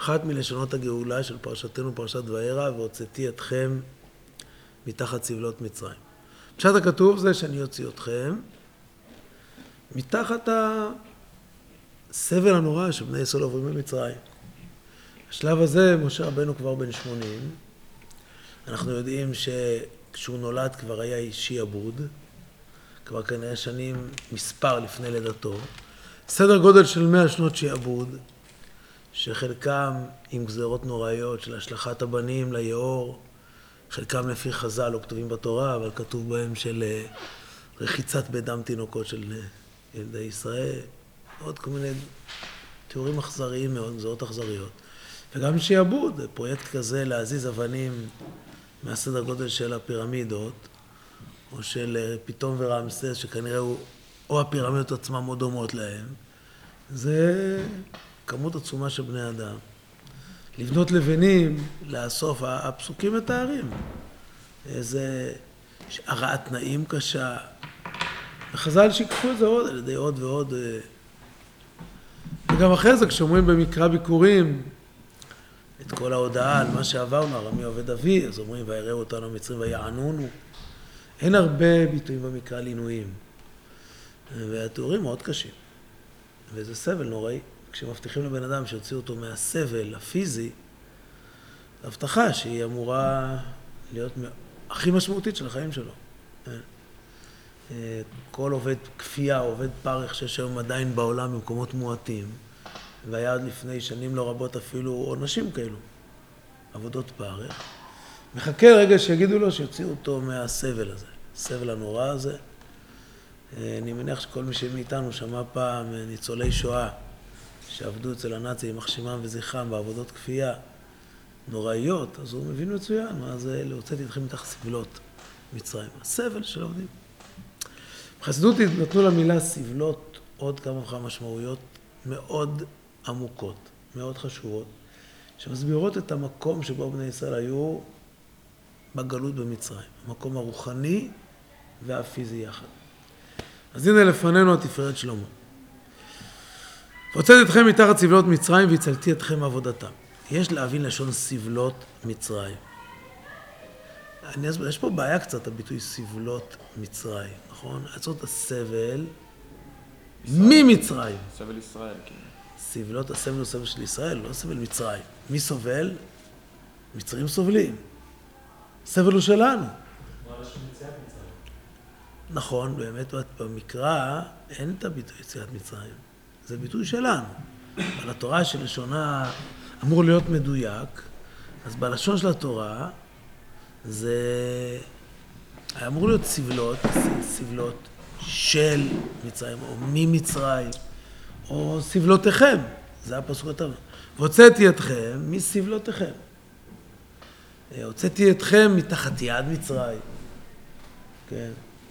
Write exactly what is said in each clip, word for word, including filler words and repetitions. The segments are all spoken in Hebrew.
אחת מלשונות הגאולה של פרשתנו, פרשת וארא, והוצאתי אתכם מתחת סבלות מצרים. פשט הכתוב זה שאני אוציא אתכם מתחת הסבל הנורא שבני ישראל עוברים במצרים. בשלב הזה משה רבנו כבר בן שמונים. אנחנו יודעים שכשהוא נולד כבר היה שיעבוד, כבר כנראה שנים מספר לפני לידתו. סדר גודל של מאה שנות שיעבוד, שחלקם עם גזרות נוראיות של השלכת הבנים ליאור, חלקם לפי חז"ל לא כתובים בתורה, אבל כתוב בהם של רחיצת בדם תינוקות של ילדי ישראל, עוד כל מיני תיאורים אכזריים מאוד, גזרות אכזריות. וגם שיעבוד, פרויקט כזה להזיז אבנים מהסדר גודל של הפירמידות, או של פיתום ורמסס, שכנראה הוא, או הפירמידות עצמם מאוד דומות להם, זה כמות עצומה של בני אדם. לבנות לבנים, לאסוף, הפסוקים מתארים. איזה הרעת תנאים קשה. וחז"ל שיקפו את זה עוד, על ידי עוד ועוד. וגם אחרי זה, כשאומרים במקרא ביקורים, את כל ההודעה על מה שעברנו, ארמי עובד אבי, אז אומרים, ויראו אותנו המצרים ויענונו. אין הרבה ביטויים במקרא לעינויים. והתיאורים מאוד קשים. וזה סבל נוראי. כשמבטיחים לבן אדם שיוציאו אותו מהסבל הפיזי, זו הבטחה שהיא אמורה להיות הכי משמעותית של החיים שלו. כל עובד כפייה, עובד פרך שיש היום עדיין בעולם במקומות מועטים, והיה עד לפני שנים לא רבות אפילו עונשים כאלו, עבודות פרך. מחכה רגע שיגידו לו שיוציאו אותו מהסבל הזה, הסבל הנורא הזה. אני מניח שכל מי שמאיתנו שמע פעם ניצולי שואה, שעבדו אצל הנאצים, יימח שמם וזכרם בעבודות כפייה נוראיות, אז הוא מבין מצוין מה זה להוצאתי אתכם מתחת סבלות מצרים. הסבל של העובדים. בחסידות נתנו למילה סבלות עוד כמה וכמה משמעויות מאוד עמוקות, מאוד חשובות, שמסבירות את המקום שבו בני ישראל היו בגלות במצרים, המקום הרוחני והפיזי יחד. אז הנה לפנינו התפארת שלמה. הוצאתי אתכם מתחת סבלות מצרים והצלתי אתכם מעבודתם. יש להבין לשון סבלות מצרים. אני אסביר, יש פה בעיה קצת, הביטוי סבלות מצרים, נכון? עצות הסבל ממצרים. סבל ישראל, כן. סבלות, הסבל הוא סבל של ישראל, לא סבל מצרים. מי סובל? מצרים סובלים. סבל הוא שלנו. נכון, באמת במקרא אין את הביטוי יציאת מצרים. זה ביטוי שלנו. על התורה שלשונה אמור להיות מדויק, אז בלשון של התורה זה אמור להיות סבלות, סבלות של מצרים, או ממצרים, או סבלותיכם. זה הפסוק הטוב. והוצאתי אתכם מסבלותיכם. הוצאתי אתכם מתחת יד מצרים. כן.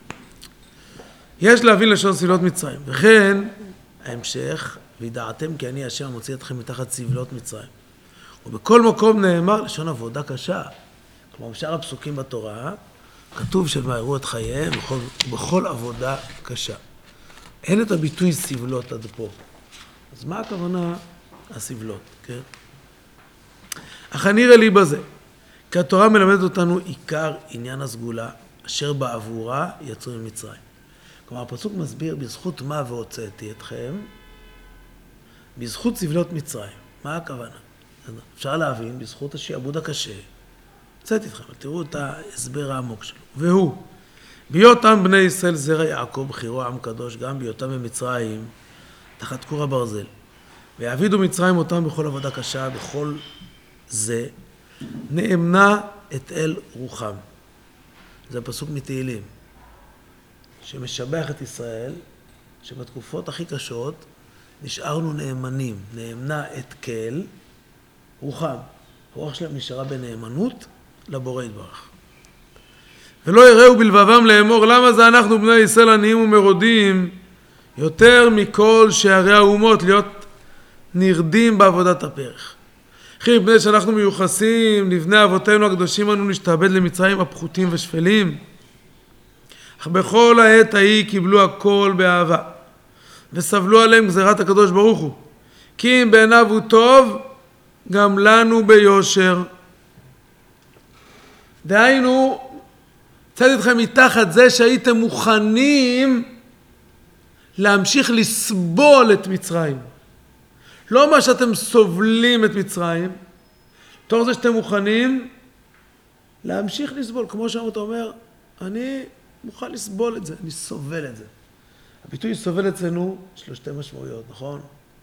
יש להבין לשון סבלות מצרים. וכן, ההמשך, וידעתם כי אני השם מוציא אתכם מתחת סבלות מצרים. ובכל מקום נאמר לשון עבודה קשה. כלומר, בשאר הפסוקים בתורה, כתוב שמהרו את חייהם בכל, בכל עבודה קשה. אין את הביטוי סבלות עד פה. אז מה הכוונה הסבלות, כן? אך הנראה לי בזה, כי התורה מלמדת אותנו עיקר עניין הסגולה, אשר בעבורה יצאו ממצרים. כלומר, הפסוק מסביר בזכות מה והוצאתי אתכם, בזכות סבלות מצרים. מה הכוונה? אפשר להבין, בזכות השיעבוד הקשה, הוצאתי אתכם, תראו את ההסבר העמוק שלו. והוא, בהיותם בני ישראל זרע יעקב, בחירו עם קדוש, גם בהיותם במצרים, תחת כור הברזל. ויעבידו מצרים אותם בכל עבודה קשה, בכל זה, נאמנה את אל רוחם. זה הפסוק מתהילים, שמשבח את ישראל, שבתקופות הכי קשות נשארנו נאמנים, נאמנה את כל רוחם. הרוח שלהם נשארה בנאמנות לבורא יתברך. ולא יראו בלבבם לאמור, למה זה אנחנו בני ישראל עניים ומרודים יותר מכל שערי האומות להיות נרדים בעבודת הפרך. אחי, בני שאנחנו מיוחסים לבני אבותינו הקדושים אנו נשתעבד למצרים הפחותים ושפלים. אך בכל העת ההיא קיבלו הכל באהבה, וסבלו עליהם גזירת הקדוש ברוך הוא. כי אם בעיניו הוא טוב, גם לנו ביושר. דהיינו, צד אתכם מתחת זה שהייתם מוכנים להמשיך לסבול את מצרים. לא מה שאתם סובלים את מצרים, תוך זה שאתם מוכנים להמשיך לסבול. כמו שם אתה אומר, אני מוכן לסבול את זה, אני סובל את זה. הביטוי סובל אצלנו, יש לו שתי משמעויות, נכון?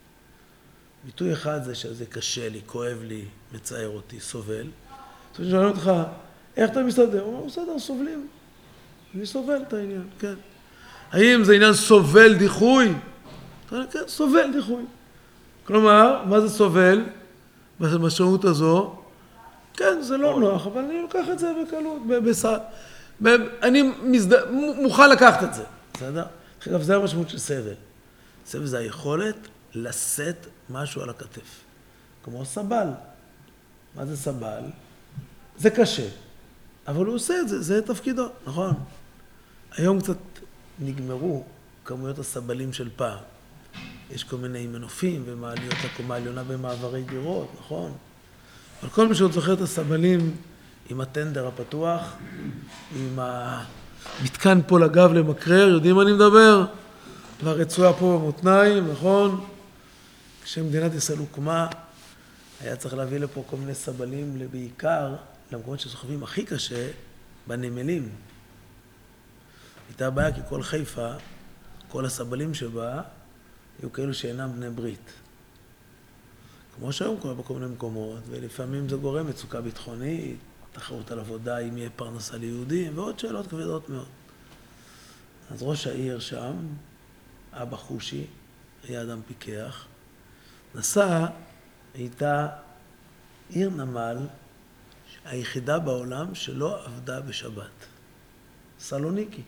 ביטוי אחד זה שזה קשה לי, כואב לי, מצער אותי, סובל. זאת אומרת, שואלים אותך, איך אתה מסתדר? הוא אומר, בסדר, סובלים. אני סובל את העניין, כן. האם זה עניין סובל דיחוי? אתה אומר, כן, סובל דיחוי. כלומר, מה זה סובל? במשמעות הזו, כן, זה לא נוח, אבל אני לוקח את זה בקלות, בבס... ב... אני מזד... מוכן לקחת את זה, בסדר? אגב, זה המשמעות של סבל. סבל זה היכולת לשאת משהו על הכתף. כמו סבל. מה זה סבל? זה קשה, אבל הוא עושה את זה, זה תפקידו, נכון? היום קצת נגמרו כמויות הסבלים של פעם. יש כל מיני מנופים ומעליות לקומה העליונה במעברי דירות, נכון? אבל כל מי שעוד זוכר את הסבלים עם הטנדר הפתוח, עם המתקן פה לגב למקרר, יודעים מה אני מדבר? והרצועה פה במותניים, נכון? כשמדינת ישראל הוקמה, היה צריך להביא לפה כל מיני סבלים, בעיקר למקומות שסוחבים הכי קשה, בנמלים. הייתה בעיה כי כל חיפה, כל הסבלים שבה, היו כאלו שאינם בני ברית. כמו שהיום קורה בכל מיני מקומות, ולפעמים זה גורם מצוקה ביטחונית, תחרות על עבודה, אם יהיה פרנסה ליהודים, ועוד שאלות כבדות מאוד. אז ראש העיר שם, אבא חושי, היה אדם פיקח, נסע, הייתה עיר נמל, היחידה בעולם שלא עבדה בשבת. סלוניקי.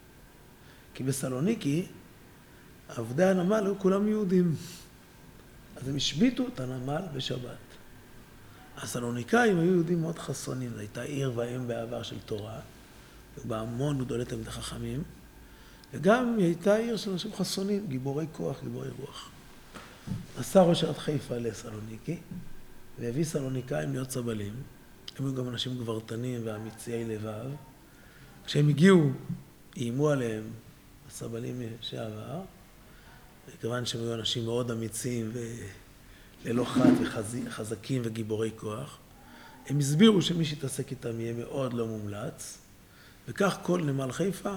כי בסלוניקי, עבדי הנמל היו כולם יהודים. אז הם השביתו את הנמל בשבת. הסלוניקאים היו יהודים מאוד חסונים. זו הייתה עיר ואם בעבר של תורה, ובהמון גדולי תלמידי חכמים, וגם היא הייתה עיר של אנשים חסונים, גיבורי כוח, גיבורי רוח. נסע ראש עיריית חיפה לסלוניקי, והביא סלוניקאים להיות סבלים. הם היו גם אנשים גברתנים ואמיצי לבב. כשהם הגיעו, איימו עליהם הסבלים שעבר, כיוון שהם היו אנשים מאוד אמיצים וללא חת וחזקים וגיבורי כוח, הם הסבירו שמי שיתעסק איתם יהיה מאוד לא מומלץ, וכך כל נמל חיפה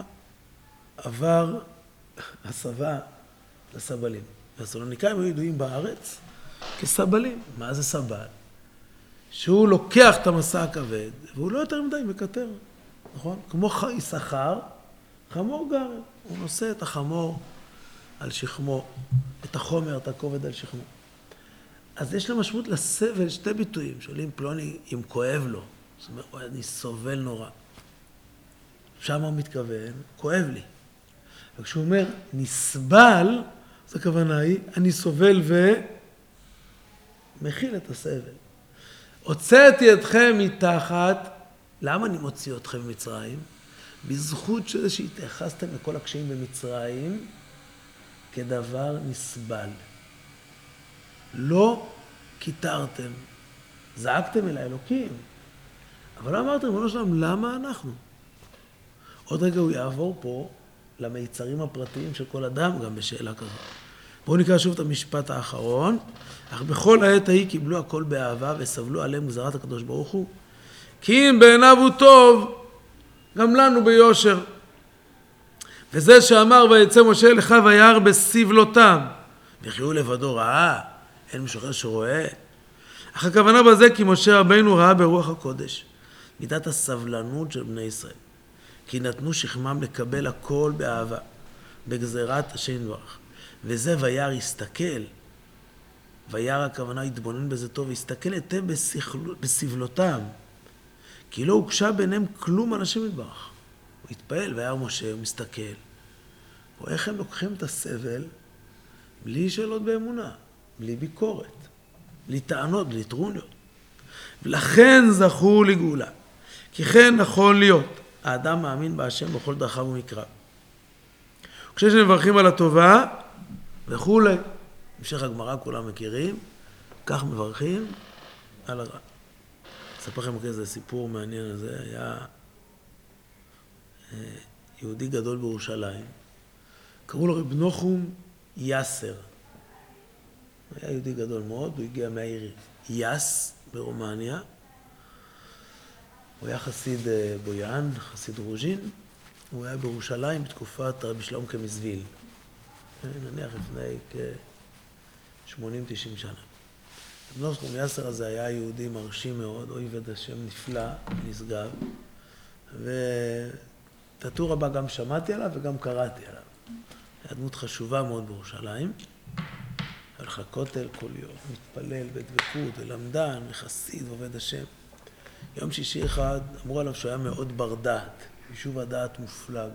עבר הסבה לסבלים. והסלוניקאים היו ידועים בארץ כסבלים. מה זה סבל? שהוא לוקח את המסע הכבד, והוא לא יותר מדי מקטר, נכון? כמו יששכר, חמור גר, הוא נושא את החמור על שכמו, את החומר, את הכובד על שכמו. אז יש לה משמעות לסבל, שתי ביטויים, שואלים פלוני אם כואב לו, זאת אומרת, אני סובל נורא. שם הוא מתכוון, כואב לי. וכשהוא אומר, נסבל, זו הכוונה היא, אני סובל ומכיל את הסבל. הוצאתי אתכם מתחת, למה אני מוציא אתכם ממצרים? בזכות שזה שהתייחסתם לכל הקשיים במצרים כדבר נסבל. לא קיטרתם, זעקתם אל האלוקים, אבל לא אמרתם, ריבונו של עולם, למה אנחנו? עוד רגע הוא יעבור פה למיצרים הפרטיים של כל אדם, גם בשאלה כזאת. בואו נקרא שוב את המשפט האחרון. אך בכל העת ההיא קיבלו הכל באהבה וסבלו עליהם גזרת הקדוש ברוך הוא. כי אם בעיניו הוא טוב, גם לנו ביושר. וזה שאמר ויצא משה לך וירא בסבלותם. וחיו לבדו רעה, אין משוחר שרואה. אך הכוונה בזה כי משה רבינו ראה ברוח הקודש. מידת הסבלנות של בני ישראל. כי נתנו שכמם לקבל הכל באהבה, בגזירת השם יתברך. וזה וירא הסתכל. וירא הכוונה התבונן בזה טוב, הסתכל היטב בסבלותם. כי לא הוגשה ביניהם כלום על השם יתברך. הוא התפעל וירא משה, הוא מסתכל. או איך הם לוקחים את הסבל בלי שאלות באמונה, בלי ביקורת, בלי טענות, בלי טרוניות. ולכן זכו לגאולה. כי כן נכון להיות. האדם מאמין בהשם בכל דרכיו ומקרא. כשמברכים על הטובה וכולי, המשך הגמרא כולם מכירים, כך מברכים על הרע. אספר לכם כזה סיפור מעניין הזה, היה יהודי גדול בירושלים, קראו לו רב נחום יאסר. הוא היה יהודי גדול מאוד, הוא הגיע מהעיר יאס ברומניה. הוא היה חסיד בויאן, חסיד רוז'ין. הוא היה בירושלים בתקופת רבי שלום כמזוויל. נניח לפני כ-שמונים תשעים שנה. רב נחום יאסר הזה היה יהודי מרשים מאוד, אוהב השם נפלא, נשגב. ואת הטור הבא גם שמעתי עליו וגם קראתי עליו. היה דמות חשובה מאוד בירושלים. הלך לכותל כל יום, מתפלל בדבקות ולמדן, חסיד ועובד השם. יום שישי אחד אמרו עליו שהוא היה מאוד בר דעת, יישוב הדעת מופלג.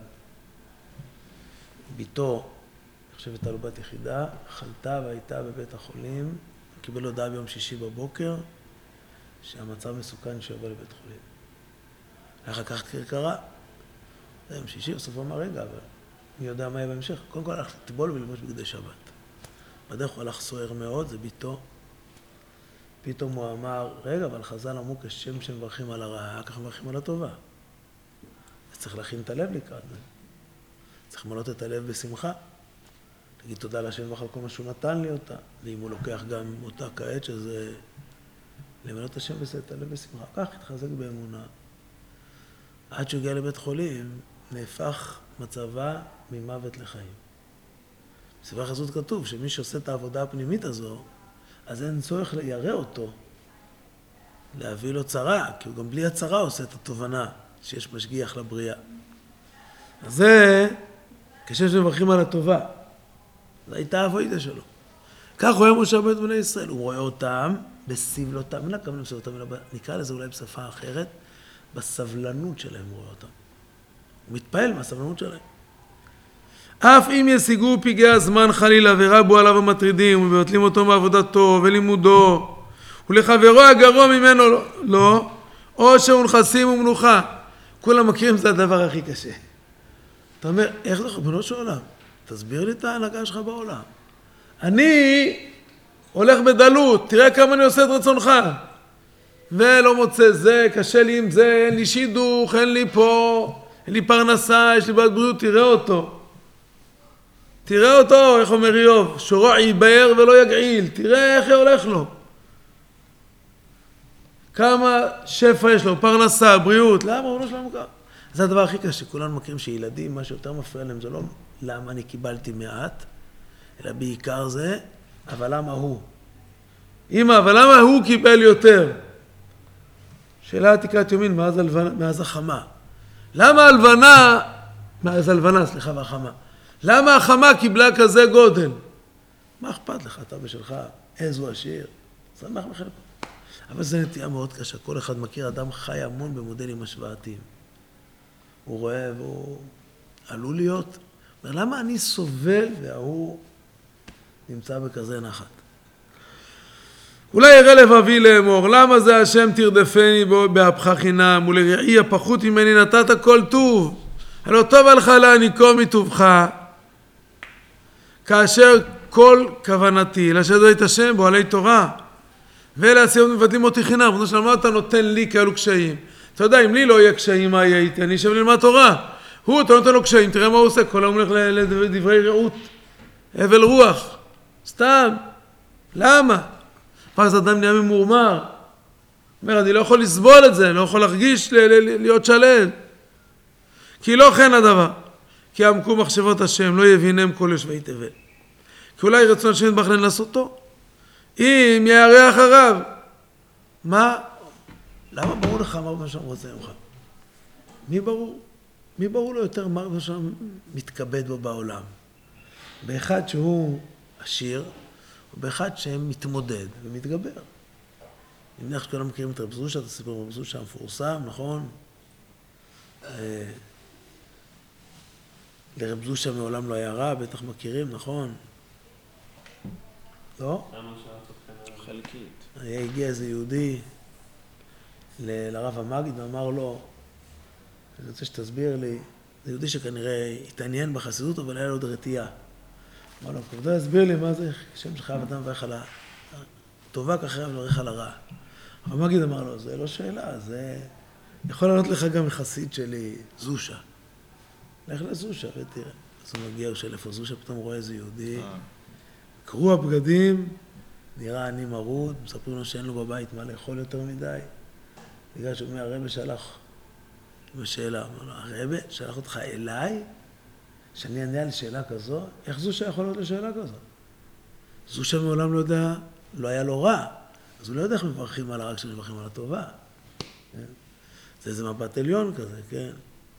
ביתו, נחשבת על בת יחידה, חלתה והייתה בבית החולים, קיבל הודעה ביום שישי בבוקר שהמצב מסוכן שיבוא לבית חולים. הלך לקחת קרקרה, זה יום שישי, בסוף הוא אמר רגע, אבל מי יודע מה יהיה בהמשך? קודם כל הלך לטבול וללבוש בגדי שבת. בדרך הוא הלך סוער מאוד, זה ביתו. פתאום הוא אמר, רגע, אבל חז"ל אמרו כשם שמברכים על הרעה, ככה מברכים על הטובה. אז צריך להכין את הלב לקראת זה. צריך למלות את הלב בשמחה. להגיד תודה להשם יתברך על כל מה שהוא נתן לי אותה. ואם הוא לוקח גם אותה כעת, שזה למלות את השם ואת הלב בשמחה. כך התחזק באמונה. עד שהוא הגיע לבית חולים, נהפך מצבה ממוות לחיים. בספר החסידות כתוב שמי שעושה את העבודה הפנימית הזו, אז אין צורך לירא אותו, להביא לו צרה, כי הוא גם בלי הצרה עושה את התובנה שיש משגיח לבריאה. אז זה, כשם שמברכים על הטובה, זו הייתה העבודה שלו. כך רואה משה רבנו את בני ישראל, הוא רואה אותם בסבלותם, אין לה כמה בסבלותם, נקרא לזה אולי בשפה אחרת, בסבלנות שלהם הוא רואה אותם. הוא מתפעל מהסבלנות שלהם. אף אם ישיגו פגעי הזמן חלילה ורבו עליו המטרידים ומבטלים אותו מעבודתו ולימודו ולחברו הגרוע ממנו לא, או שהונכסים ומנוחה. כולם מכירים, זה הדבר הכי קשה. אתה אומר, איך זה חבנו של עולם? תסביר לי את ההנהגה שלך בעולם. אני הולך בדלות, תראה כמה אני עושה את רצונך. ולא מוצא זה, קשה לי עם זה, אין לי שידוך, אין לי פה, אין לי פרנסה, יש לי בעד בריאות, תראה אותו. תראה אותו, איך אומר איוב, שורע ייבהר ולא יגעיל, תראה איך הולך לו. כמה שפע יש לו, פרנסה, בריאות, למה הוא לא שלנו כך? זה הדבר הכי קשה, כולנו מכירים שילדים, מה שיותר מפריע להם זה לא למה אני קיבלתי מעט, אלא בעיקר זה, אבל למה הוא? אמא, אבל למה הוא קיבל יותר? שאלה עתיקת יומין, מאז, הלבנה, מאז החמה. למה הלבנה, מאז הלבנה, סליחה, והחמה. למה החמה קיבלה כזה גודל? מה אכפת לך, אתה בשלך, איזו עשיר? שמח מחלקו. אבל זו נטייה מאוד קשה. כל אחד מכיר, אדם חי המון במודלים השוואתיים. הוא רואה והוא עלול להיות. אומר, למה אני סובל והוא נמצא בכזה נחת? אולי יראה לבבי לאמור, למה זה השם תרדפני באפך חינם, ולרעי הפחות ממני נתת כל טוב, הלא טוב עליך להעניקו מטובך, כאשר כל כוונתי לשדוד את השם בועלי תורה, ולעשיות מבטלים אותי חינם. זאת אומרת, למה אתה נותן לי כאלו קשיים? אתה יודע, אם לי לא יהיה קשיים, מה יהיה איתי? אני אשב ללמד תורה. הוא, אתה נותן לו קשיים, תראה מה הוא עושה, כל היום הולך לדברי רעות, הבל רוח, סתם. למה? אז אדם נהיה ממורמר. אומר, אני לא יכול לסבול את זה, אני לא יכול להרגיש, להיות שלם. כי לא כן הדבר. כי עמקו מחשבות השם, לא יבינם כל יושבי תבל. כי אולי רצון השם יתברך לנסותו. אם יערה אחריו. מה? למה ברור לך מה רבנו שם רוצה ממך? מי ברור? מי ברור לו יותר מה רבנו שם מתכבד בו בעולם? באחד שהוא עשיר, ובאחד שהם מתמודד ומתגבר. אני מניח שכולם מכירים את רב זושה, את הסיפור רב זושה המפורסם, נכון? לרב זושה מעולם לא היה רע, בטח מכירים, נכון? לא? למה שאלת אתכם? חלקית. הגיע איזה יהודי לרב המגיד ואמר לו, אני רוצה שתסביר לי, זה יהודי שכנראה התעניין בחסידות, אבל היה לו עוד רתיעה. אמר לו, כבודו, הסביר לי מה זה, שם שלך אדם ואיך על הטובה ככה ולברך על הרע. המגיד אמר לו, זה לא שאלה, זה יכול לענות לך גם מחסיד שלי, זושה. לך לזושה ותראה. אז הוא מגיע של איפה זושה, פתאום רואה איזה יהודי. קרוע בגדים, נראה אני מרוד, מספרים לו שאין לו בבית מה לאכול יותר מדי. בגלל שהוא אומר, הרבא שלח עם השאלה, אמר לו, הרבא שלח אותך אליי, שאני אענה על שאלה כזו, איך זושה יכול להיות לשאלה כזו? זושה מעולם לא יודע, לא היה לו רע, אז הוא לא יודע איך מברכים על הרע כשמברכים על הטובה. כן? זה איזה מבט עליון כזה, כן?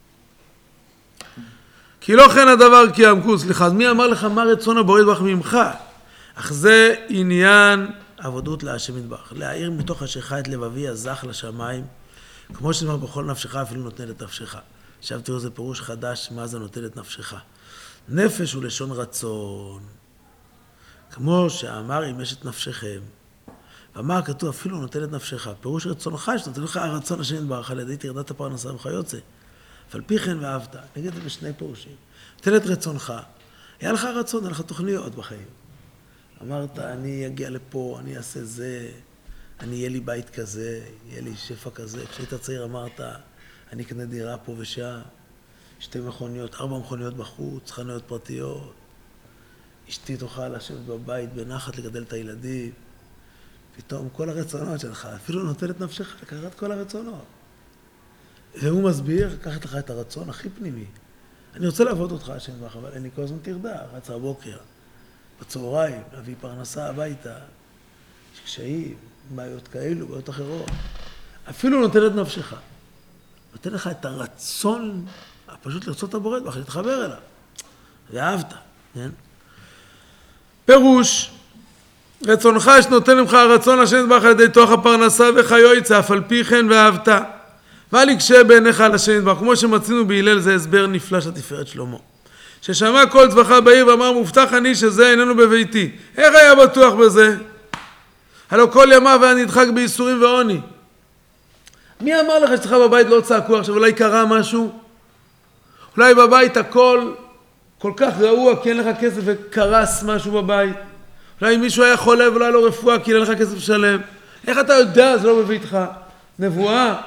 כי לא כן הדבר כי יעמקו, סליחה, אז מי אמר לך מה רצון הבורא יתברך ממך? אך זה עניין עבודות להשם יתברך, להאיר מתוך אשריך את לבבי הזך לשמיים, כמו שנאמר בכל נפשך אפילו נותן את נפשך. עכשיו תראו, זה פירוש חדש, מה זה נותן את נפשך. נפש הוא לשון רצון, כמו שאמר אם יש את נפשכם. ואמר כתוב אפילו נותן את נפשך, פירוש רצונך שנותן לך הרצון השם יתברך על ידי תרדת הפרנסה וכיוצא. אבל פי כן ואהבת, נגיד את זה בשני פירושים. נותן את רצונך, היה לך רצון, היה לך תוכניות בחיים. אמרת, אני אגיע לפה, אני אעשה זה, אני יהיה לי בית כזה, יהיה לי שפע כזה. כשהיית צעיר אמרת, אני אקנה דירה פה ושם, שתי מכוניות, ארבע מכוניות בחוץ, חנויות פרטיות. אשתי תוכל לשבת בבית בנחת לגדל את הילדים. פתאום כל הרצונות שלך, אפילו נותן את נפשך לקחת כל הרצונות. והוא מסביר, קחת לך את הרצון הכי פנימי. אני רוצה לעבוד אותך, השם יתברך, אבל אין לי כל הזמן תרדה, רץ הבוקר, בצהריים, להביא פרנסה הביתה, יש קשיים, בעיות כאלו, בעיות אחרות. אפילו נותן את נפשך. נותן לך את הרצון, פשוט לרצות את הבורא יתברך, להתחבר אליו. ואהבת, כן? פירוש, רצונך שנותן ממך הרצון השם יתברך על ידי תוך הפרנסה וכיוצא, אף על פי כן ואהבת. ואל יקשה בעיניך על השם יתברך, כמו שמצינו בהלל, זה הסבר נפלא של תפארת שלמה. ששמע כל צבחה בעיר ואמר, מובטח אני שזה איננו בביתי. איך היה בטוח בזה? הלא כל ימיו היה נדחק בייסורים ועוני. מי אמר לך שצריך בבית לא צעקו עכשיו, אולי קרה משהו? אולי בבית הכל כל כך רעוע כי אין לך כסף וקרס משהו בבית. אולי מישהו היה חולה ואולי לא רפואה כי אין לך כסף שלם. איך אתה יודע? זה לא בביתך. נבואה.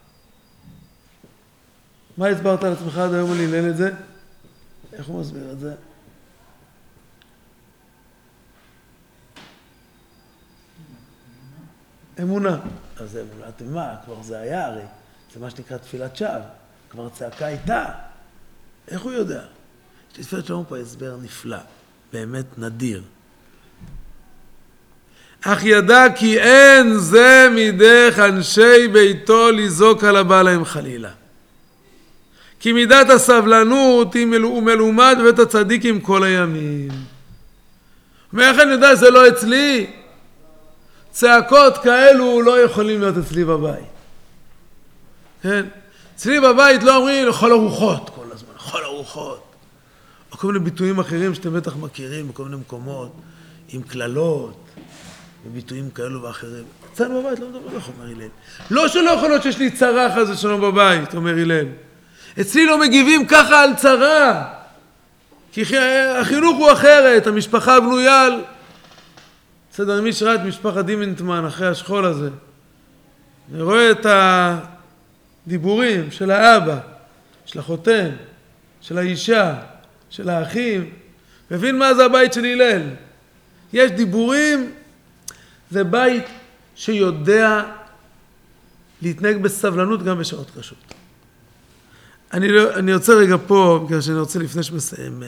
מה הסברת על עצמך עד היום על הלל את זה? איך הוא מסביר את זה? אמונה. אז זה אמונת מה? כבר זה היה הרי. זה מה שנקרא תפילת שווא. כבר צעקה הייתה. איך הוא יודע? יש תפילת שלמה פה הסבר נפלא. באמת נדיר. אך ידע כי אין זה מדרך אנשי ביתו לזעוק על הבא להם חלילה. כי מידת הסבלנות היא מלומד בבית הצדיקים כל הימים. ואיך אני יודע זה לא אצלי? צעקות כאלו לא יכולים להיות אצלי בבית. כן? אצלי בבית לא אומרים לכל הרוחות כל הזמן, לכל הרוחות. או כל מיני ביטויים אחרים שאתם בטח מכירים בכל מיני מקומות, עם כללות, וביטויים כאלו ואחרים. אצלנו בבית לא מדבר לך, אומר הלל. לא שלא יכול להיות שיש לי צרה חס ושלום בבית, אומר הלל. אצלי לא מגיבים ככה על צרה. כי החינוך הוא אחרת, המשפחה בנויה על... בסדר, מי שראה את משפחת דימנטמן אחרי השכול הזה, ורואה את הדיבורים של האבא, של החותן, של האישה, של האחים, מבין מה זה הבית של הלל. יש דיבורים, זה בית שיודע להתנהג בסבלנות גם בשעות קשות. אני, לא, אני רוצה רגע פה, בגלל שאני רוצה לפני שמסיים,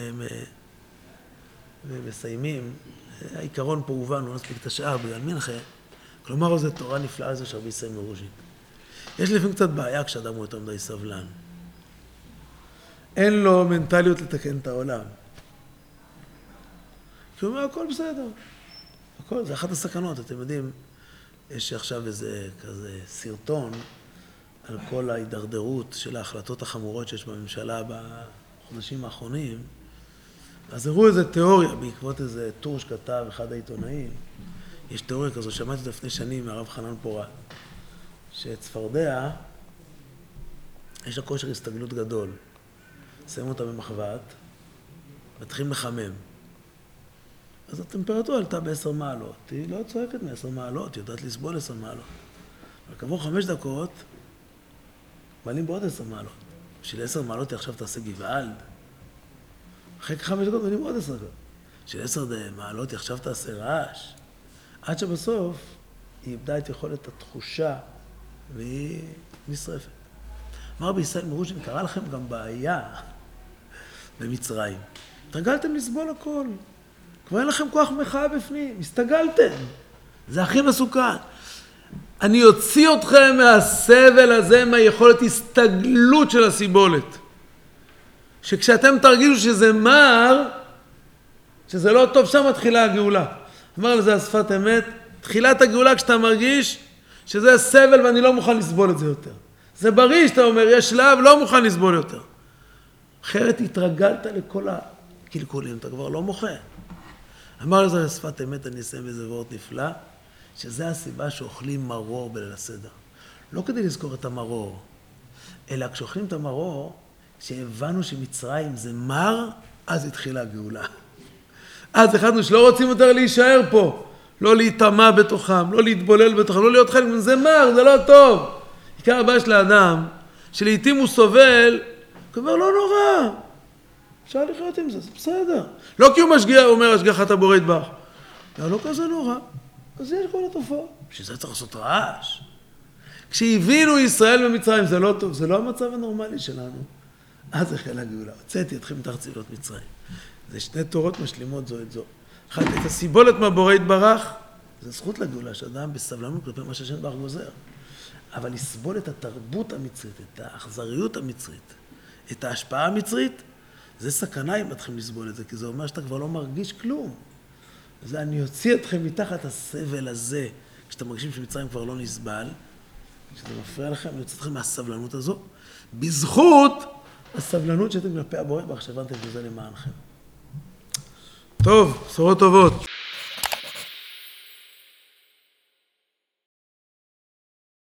ומסיימים, העיקרון פה הובן, לא נספיק את השאר, בגלל מנחה, כלומר, זו תורה נפלאה זו שרבי ישראל מרוז'ין. יש לפעמים קצת בעיה כשאדם הוא יותר מדי סבלן. אין לו מנטליות לתקן את העולם. כי הוא אומר, הכל בסדר. הכל, זה אחת הסכנות, אתם יודעים, יש עכשיו איזה כזה סרטון על כל ההידרדרות של ההחלטות החמורות שיש בממשלה בחודשים האחרונים. אז הראו איזו תיאוריה בעקבות איזה טור שכתב אחד העיתונאים. יש תיאוריה כזו, שמעתי את זה לפני שנים מהרב חנן פורת, שצפרדע, יש לה כושר הסתגלות גדול. שמים אותה במחבת, מתחילים לחמם. אז הטמפרטורה עלתה בעשר מעלות. היא לא צועקת מעשר מעלות, היא יודעת לסבול עשר מעלות. וכעבור חמש דקות, מעלים בעוד עשר מעלות. בשביל עשר מעלות עכשיו תעשה גוואלד. אחרי חמש דקות מעלים בעוד עשר דקות. בשביל עשר מעלות עכשיו תעשה רעש. עד שבסוף היא איבדה את יכולת התחושה והיא נשרפת. אמר בישראל מרושין, קרא לכם גם בעיה במצרים. התרגלתם לסבול הכל. כבר אין לכם כוח מחאה בפנים, הסתגלתם. זה הכי מסוכן. אני אוציא אתכם מהסבל הזה, מהיכולת הסתגלות של הסיבולת. שכשאתם תרגישו שזה מר, שזה לא טוב, שם מתחילה הגאולה. אמר לזה השפת אמת, תחילת הגאולה כשאתה מרגיש שזה סבל ואני לא מוכן לסבול את זה יותר. זה בריא שאתה אומר, יש שלב, לא מוכן לסבול יותר. אחרת התרגלת לכל הקלקולים, אתה כבר לא מוכן. אמר לזה השפת אמת, אני אסיים בזה ואות נפלא, שזה הסיבה שאוכלים מרור בליל הסדר. לא כדי לזכור את המרור, אלא כשאוכלים את המרור, כשהבנו שמצרים זה מר, אז התחילה הגאולה. אז החלטנו שלא רוצים יותר להישאר פה, לא להתאמה בתוכם, לא להתבולל בתוכם, לא להיות חלק, זה מר, זה לא טוב. עיקר הבעיה של האדם, שלעיתים הוא סובל, כבר לא נורא, אפשר לחיות עם זה, זה בסדר. לא כי הוא משגיע, הוא אומר, השגחת הבורא יתברך. זה לא כזה נורא, אז יש כל התופעות. בשביל זה צריך לעשות רעש. כשהבינו ישראל במצרים, זה לא טוב, זה לא המצב הנורמלי שלנו. אז החלה הגאולה, הוצאתי אתכם מתחת צבאות מצרים. זה שני תורות משלימות זו את זו. אחת, את הסיבולת מהבורא יתברך, זה זכות לגאולה, שאדם בסבלנות כלפי מה שהשם יתברך גוזר. אבל לסבול את התרבות המצרית, את האכזריות המצרית, את ההשפעה המצרית, זה סכנה אם אתכם לסבול את זה, כי זה אומר שאתה כבר לא מרגיש כלום. זה אני אוציא אתכם מתחת הסבל הזה, כשאתם מרגישים שמצרים כבר לא נסבל, כשאתם מפריע לכם, אני אוציא אתכם מהסבלנות הזו, בזכות הסבלנות שאתם כלפי הבורא, ואחשבנתם שזה למענכם. טוב, בשורות טובות.